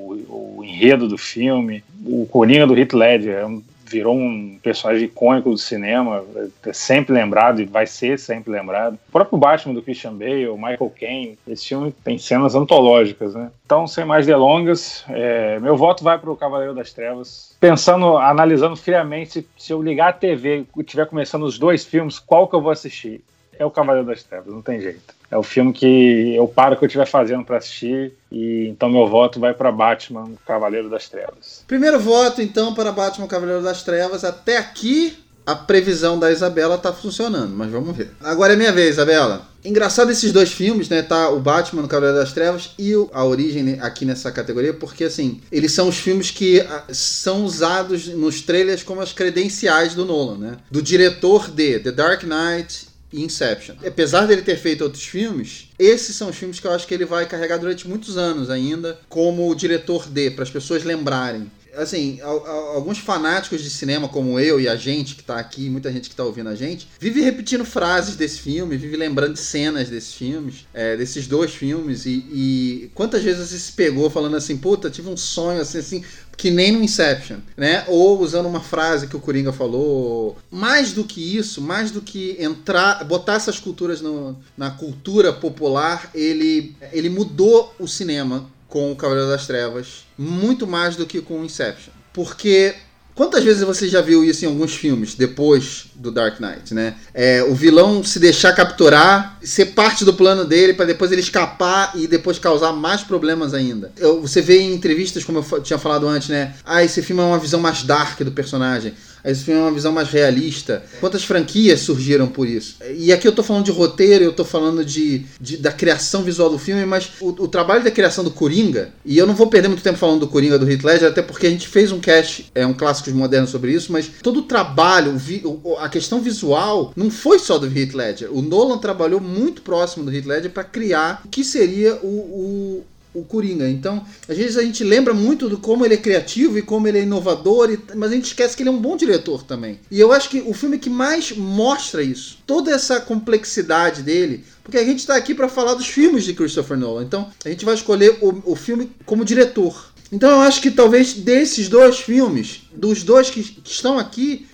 o, o enredo do filme. O Coringa do Heath Ledger é um virou um personagem icônico do cinema, é sempre lembrado e vai ser sempre lembrado. O próprio Batman do Christian Bale, o Michael Caine, esse filme tem cenas antológicas, né? Então, sem mais delongas, é, meu voto vai para o Cavaleiro das Trevas. Pensando, analisando friamente, se, se eu ligar a T V e estiver começando os dois filmes, qual que eu vou assistir? É o Cavaleiro das Trevas, não tem jeito. É o filme que eu paro o que eu estiver fazendo para assistir, e então meu voto vai para Batman, Cavaleiro das Trevas. Primeiro voto, então, para Batman, Cavaleiro das Trevas. Até aqui, a previsão da Isabela tá funcionando, mas vamos ver. Agora é minha vez, Isabela. Engraçado esses dois filmes, né? Tá o Batman, no Cavaleiro das Trevas, e A Origem aqui nessa categoria, porque, assim, eles são os filmes que são usados nos trailers como as credenciais do Nolan, né? Do diretor de The Dark Knight e Inception. Apesar dele ter feito outros filmes, esses são os filmes que eu acho que ele vai carregar durante muitos anos ainda como o diretor de, para as pessoas lembrarem. Assim, alguns fanáticos de cinema como eu e a gente que tá aqui, muita gente que tá ouvindo a gente, vive repetindo frases desse filme, vive lembrando de cenas desses filmes, é, desses dois filmes, e, e quantas vezes você se pegou falando assim, puta, tive um sonho assim, assim, que nem no Inception, né? Ou usando uma frase que o Coringa falou. Mais do que isso, mais do que entrar, botar essas culturas no, na cultura popular, ele, ele mudou o cinema com o Cavaleiro das Trevas, muito mais do que com o Inception. Porque quantas vezes você já viu isso em alguns filmes, depois do Dark Knight, né? É, o vilão se deixar capturar, ser parte do plano dele, para depois ele escapar e depois causar mais problemas ainda. Eu, você vê em entrevistas, como eu tinha falado antes, né? Ah, esse filme é uma visão mais dark do personagem. Esse filme é uma visão mais realista. Quantas franquias surgiram por isso? E aqui eu tô falando de roteiro, eu tô falando de, de, da criação visual do filme, mas o, o trabalho da criação do Coringa, e eu não vou perder muito tempo falando do Coringa do Heath Ledger, até porque a gente fez um cast, é um Clássicos Modernos sobre isso, mas todo o trabalho, a questão visual, não foi só do Heath Ledger. O Nolan trabalhou muito próximo do Heath Ledger para criar o que seria o... o o Coringa. Então, às vezes a gente lembra muito de como ele é criativo e como ele é inovador, e, mas a gente esquece que ele é um bom diretor também. E eu acho que o filme que mais mostra isso, toda essa complexidade dele, porque a gente está aqui para falar dos filmes de Christopher Nolan, então a gente vai escolher o, o filme como diretor. Então eu acho que talvez desses dois filmes, dos dois que, que estão aqui,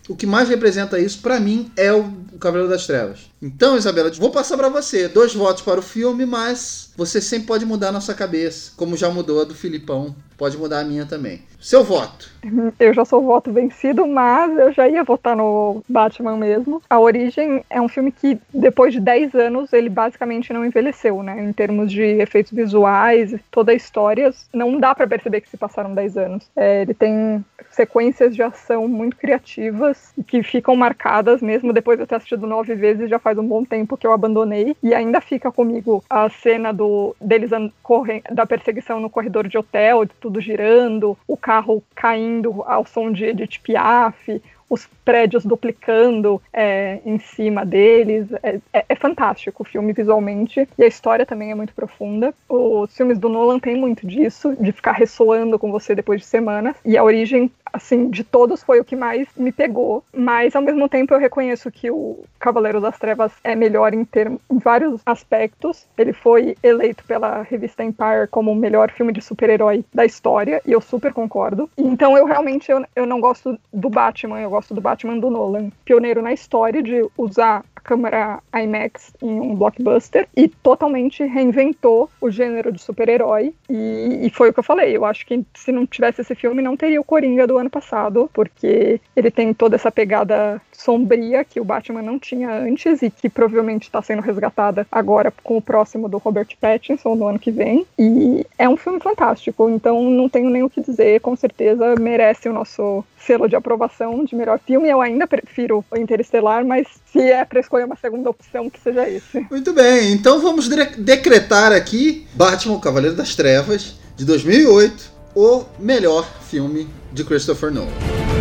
o que mais representa isso, pra mim, é o Cavaleiro das Trevas. Então, Isabela, vou passar pra você. Dois votos para o filme, mas você sempre pode mudar a nossa cabeça, como já mudou a do Filipão. Pode mudar a minha também. Seu voto. Eu já sou voto vencido, mas eu já ia votar no Batman mesmo. A Origem é um filme que, depois de dez anos, ele basicamente não envelheceu, né? Em termos de efeitos visuais, toda a história, não dá pra perceber que se passaram dez anos. É, ele tem sequências de ação muito criativas, que ficam marcadas, mesmo depois de eu ter assistido nove vezes, já faz um bom tempo que eu abandonei, e ainda fica comigo a cena do, deles correm, da perseguição no corredor de hotel, de tudo girando, o carro caindo ao som de Edith Piaf, os prédios duplicando é, em cima deles. É, é, é fantástico o filme visualmente, e a história também é muito profunda. Os filmes do Nolan têm muito disso, de ficar ressoando com você depois de semanas, e A Origem, assim, de todos foi o que mais me pegou, mas ao mesmo tempo eu reconheço que o Cavaleiro das Trevas é melhor em, termos, em vários aspectos. Ele foi eleito pela revista Empire como o melhor filme de super-herói da história, e eu super concordo. Então eu realmente eu, eu não gosto do Batman, eu gosto do Batman do Nolan, pioneiro na história de usar a câmera IMAX em um blockbuster, e totalmente reinventou o gênero de super-herói, e, e foi o que eu falei. Eu acho que se não tivesse esse filme, não teria o Coringa do ano passado, porque ele tem toda essa pegada sombria que o Batman não tinha antes, e que provavelmente está sendo resgatada agora com o próximo do Robert Pattinson no ano que vem, e é um filme fantástico, então não tenho nem o que dizer, com certeza merece o nosso selo de aprovação de melhor filme. Eu ainda prefiro o Interestelar, mas se é para escolher uma segunda opção, que seja esse. Muito bem, então vamos decretar aqui Batman, o Cavaleiro das Trevas, de dois mil e oito, o melhor filme de Christopher Nolan.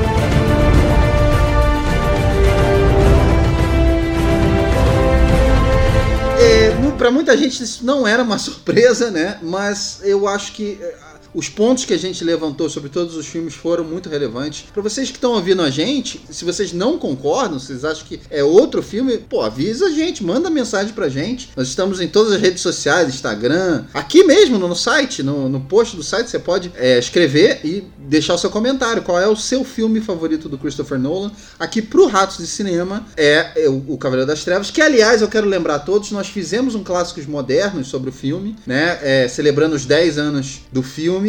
É, para muita gente isso não era uma surpresa, né? Mas eu acho que os pontos que a gente levantou sobre todos os filmes foram muito relevantes. Para vocês que estão ouvindo a gente, se vocês não concordam, se vocês acham que é outro filme, pô, avisa a gente, manda mensagem pra gente. Nós estamos em todas as redes sociais, Instagram, aqui mesmo no site, no, no post do site, você pode é, escrever e deixar o seu comentário. Qual é o seu filme favorito do Christopher Nolan? Aqui pro Ratos de Cinema é, é o, o Cavaleiro das Trevas, que aliás eu quero lembrar a todos, nós fizemos um Clássicos Modernos sobre o filme, né, é, celebrando os dez anos do filme.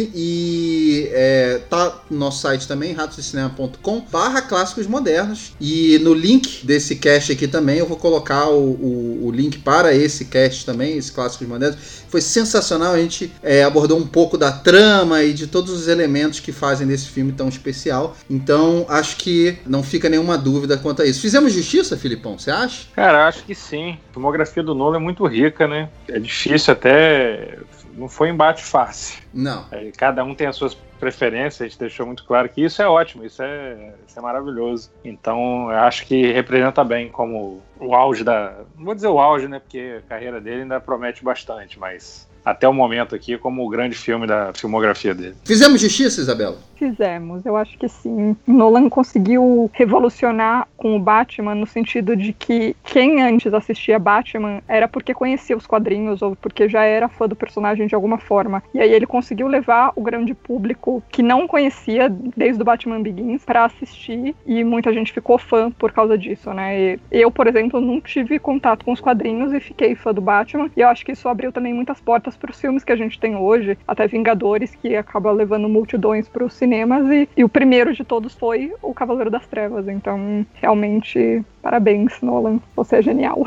E é, tá no nosso site também, ratos de cinema ponto com barra clássicos modernos, e no link desse cast aqui também eu vou colocar o, o, o link para esse cast também, esse Clássicos Modernos. Foi sensacional, a gente é, abordou um pouco da trama e de todos os elementos que fazem desse filme tão especial, então acho que não fica nenhuma dúvida quanto a isso. Fizemos justiça, Filipão, você acha? Cara, acho que sim. A filmografia do Nolan é muito rica, né? É difícil até... Não foi um embate fácil. Não. É, cada um tem as suas preferências, a gente deixou muito claro que isso é ótimo, isso é, isso é maravilhoso. Então, eu acho que representa bem como o auge da... Não vou dizer o auge, né? Porque a carreira dele ainda promete bastante, mas até o momento aqui, como o grande filme da filmografia dele. Fizemos justiça, Isabela? Fizemos, eu acho que sim. Nolan conseguiu revolucionar com o Batman no sentido de que quem antes assistia Batman era porque conhecia os quadrinhos ou porque já era fã do personagem de alguma forma. E aí ele conseguiu levar o grande público que não conhecia desde o Batman Begins para assistir, e muita gente ficou fã por causa disso, né? E eu, por exemplo, não tive contato com os quadrinhos e fiquei fã do Batman, e eu acho que isso abriu também muitas portas para os filmes que a gente tem hoje, até Vingadores, que acaba levando multidões para os cinemas, e, e o primeiro de todos foi o Cavaleiro das Trevas. Então, realmente, parabéns, Nolan, você é genial.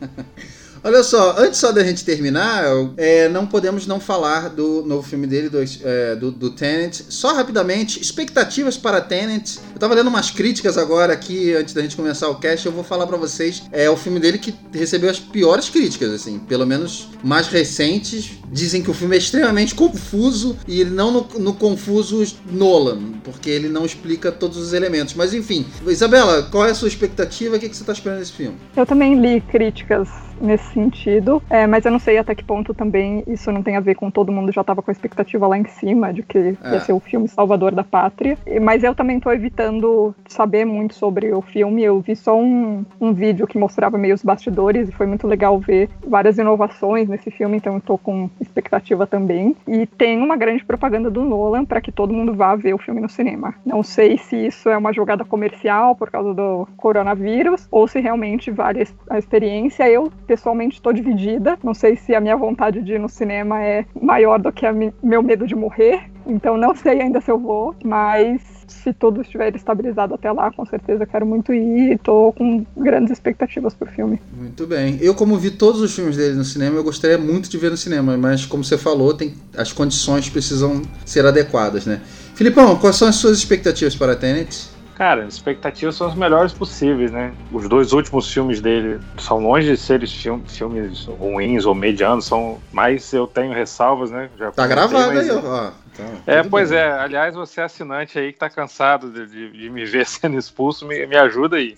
Olha só, antes só da gente terminar, é, não podemos não falar do novo filme dele, do, é, do, do Tenet. Só rapidamente, expectativas para Tenet. Eu tava lendo umas críticas agora aqui, antes da gente começar o cast, eu vou falar pra vocês. É o filme dele que recebeu as piores críticas, assim, pelo menos mais recentes. Dizem que o filme é extremamente confuso, e ele não no, no confuso Nolan, porque ele não explica todos os elementos. Mas enfim, Isabela, qual é a sua expectativa? O que, que você tá esperando desse filme? Eu também li críticas nesse sentido, é, mas eu não sei até que ponto também isso não tem a ver com todo mundo já estava com a expectativa lá em cima de que é. ia ser o filme Salvador da Pátria, mas eu também estou evitando saber muito sobre o filme. Eu vi só um, um vídeo que mostrava meio os bastidores e foi muito legal ver várias inovações nesse filme, então eu tô com expectativa também. E tem uma grande propaganda do Nolan para que todo mundo vá ver o filme no cinema. Não sei se isso é uma jogada comercial por causa do coronavírus ou se realmente vale a experiência. Eu, pessoalmente, estou dividida. Não sei se a minha vontade de ir no cinema é maior do que o meu medo de morrer. Então não sei ainda se eu vou, mas se tudo estiver estabilizado até lá, com certeza eu quero muito ir e tô com grandes expectativas pro filme. Muito bem. Eu, como vi todos os filmes dele no cinema, eu gostaria muito de ver no cinema, mas como você falou, tem, as condições precisam ser adequadas, né? Filipão, quais são as suas expectativas para Tenet? Cara, as expectativas são as melhores possíveis, né? Os dois últimos filmes dele são longe de serem filme, filmes ruins ou medianos, são, mas eu tenho ressalvas, né? Já tá gravado aí, ó. Então, é, pois bem. é. Aliás, você é assinante aí que tá cansado de, de, de me ver sendo expulso, me, me ajuda aí.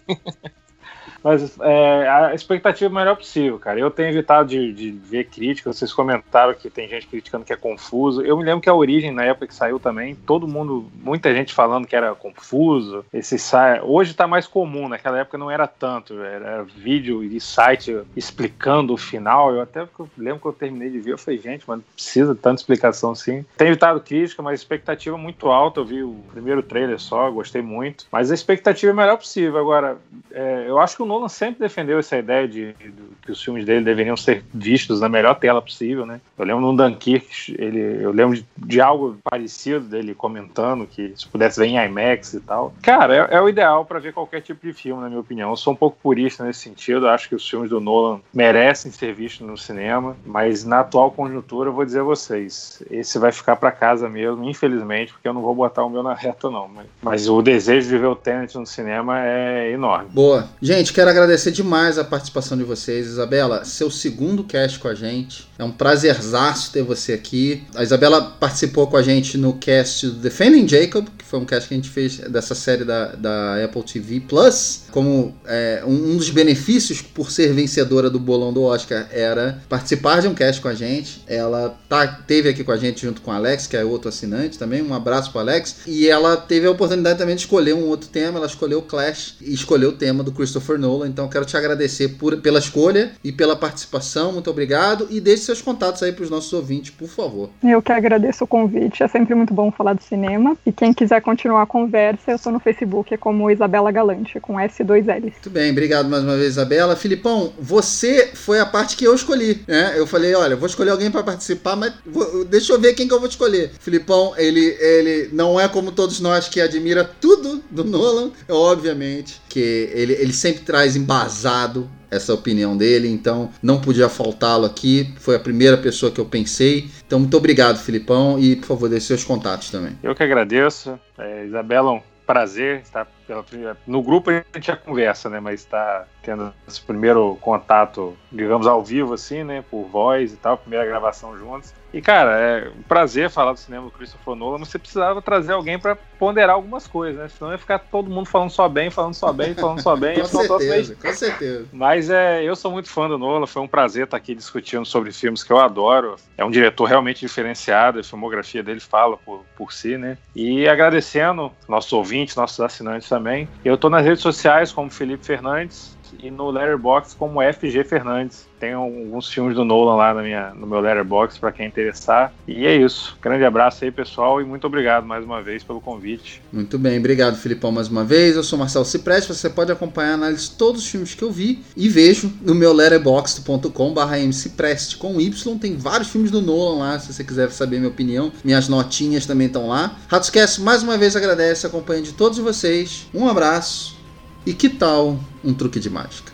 Mas é, a expectativa é a melhor possível, cara. Eu tenho evitado de, de ver críticas. Vocês comentaram que tem gente criticando que é confuso. Eu me lembro que a Origem, na época que saiu também, todo mundo, muita gente falando que era confuso. Esse site, hoje tá mais comum, naquela época não era tanto. Era vídeo e site explicando o final. Eu até lembro que eu terminei de ver, eu falei, gente, mas não precisa de tanta explicação assim. Tenho evitado crítica, mas a expectativa é muito alta. Eu vi o primeiro trailer só, gostei muito. Mas a expectativa é a melhor possível. Agora, é, eu acho que o Nolan sempre defendeu essa ideia de, de que os filmes dele deveriam ser vistos na melhor tela possível, né? Eu lembro no Dunkirk, ele, eu lembro de, de algo parecido dele comentando que se pudesse ver em IMAX e tal. Cara, é, é o ideal para ver qualquer tipo de filme, na minha opinião. Eu sou um pouco purista nesse sentido, acho que os filmes do Nolan merecem ser vistos no cinema, mas na atual conjuntura eu vou dizer a vocês, esse vai ficar para casa mesmo, infelizmente, porque eu não vou botar o meu na reta não, mas, mas o desejo de ver o Tenet no cinema é enorme. Boa. Gente, quero agradecer demais a participação de vocês. Isabela, seu segundo cast com a gente. É um prazerzaço ter você aqui. A Isabela participou com a gente no cast do Defending Jacob, que foi um cast que a gente fez dessa série da, da Apple T V Plus. Como é, um, um dos benefícios por ser vencedora do bolão do Oscar era participar de um cast com a gente. Ela tá, teve aqui com a gente junto com o Alex, que é outro assinante também. Um abraço pro Alex. E ela teve a oportunidade também de escolher um outro tema. Ela escolheu o Clash e escolheu o tema do Christopher Nolan. Então quero te agradecer por, pela escolha e pela participação. Muito obrigado. E deixe seus contatos aí para os nossos ouvintes, por favor. Eu que agradeço o convite. É sempre muito bom falar do cinema. E quem quiser continuar a conversa, eu sou no Facebook, é como Isabela Galante, com S dois L. Muito bem, obrigado mais uma vez, Isabela. Filipão, você foi a parte que eu escolhi, né? Eu falei, olha, vou escolher alguém para participar, mas vou, deixa eu ver quem que eu vou escolher. Filipão, ele, ele não é como todos nós que admira tudo do Nolan, obviamente, que ele, ele sempre traz embasado essa opinião dele, então não podia faltá-lo aqui, foi a primeira pessoa que eu pensei. Então muito obrigado, Filipão, e por favor, deixe seus contatos também. Eu que agradeço, é, Isabela, um prazer estar pela primeira... no grupo a gente já conversa, né, mas está tendo esse primeiro contato, digamos, ao vivo assim, né, por voz e tal, primeira gravação juntos. E, cara, é um prazer falar do cinema do Christopher Nolan, mas você precisava trazer alguém para ponderar algumas coisas, né? Senão ia ficar todo mundo falando só bem, falando só bem, falando só bem. Com certeza, com certeza. Mas é, eu sou muito fã do Nolan, foi um prazer estar aqui discutindo sobre filmes que eu adoro. É um diretor realmente diferenciado, a filmografia dele fala por, por si, né? E agradecendo nossos ouvintes, nossos assinantes também. Eu tô nas redes sociais como Felipe Fernandes e no Letterboxd como F G Fernandes. Tem alguns filmes do Nolan lá na minha, no meu Letterboxd para quem interessar. E é isso. Grande abraço aí, pessoal, e muito obrigado mais uma vez pelo convite. Muito bem, obrigado, Filipão, mais uma vez. Eu sou Marcelo Cipreste. Você pode acompanhar a análise de todos os filmes que eu vi e vejo no meu letterboxd ponto com barra mcipreste com Y. Tem vários filmes do Nolan lá, se você quiser saber minha opinião. Minhas notinhas também estão lá. Ratscast mais uma vez agradece a companhia de todos vocês. Um abraço e que tal um truque de mágica?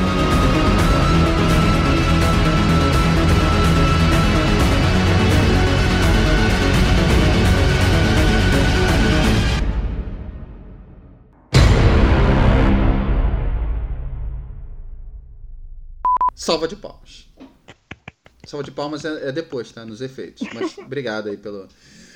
Salva de palmas. Salva de palmas é, é depois, tá? Nos efeitos. Mas obrigado aí pelo...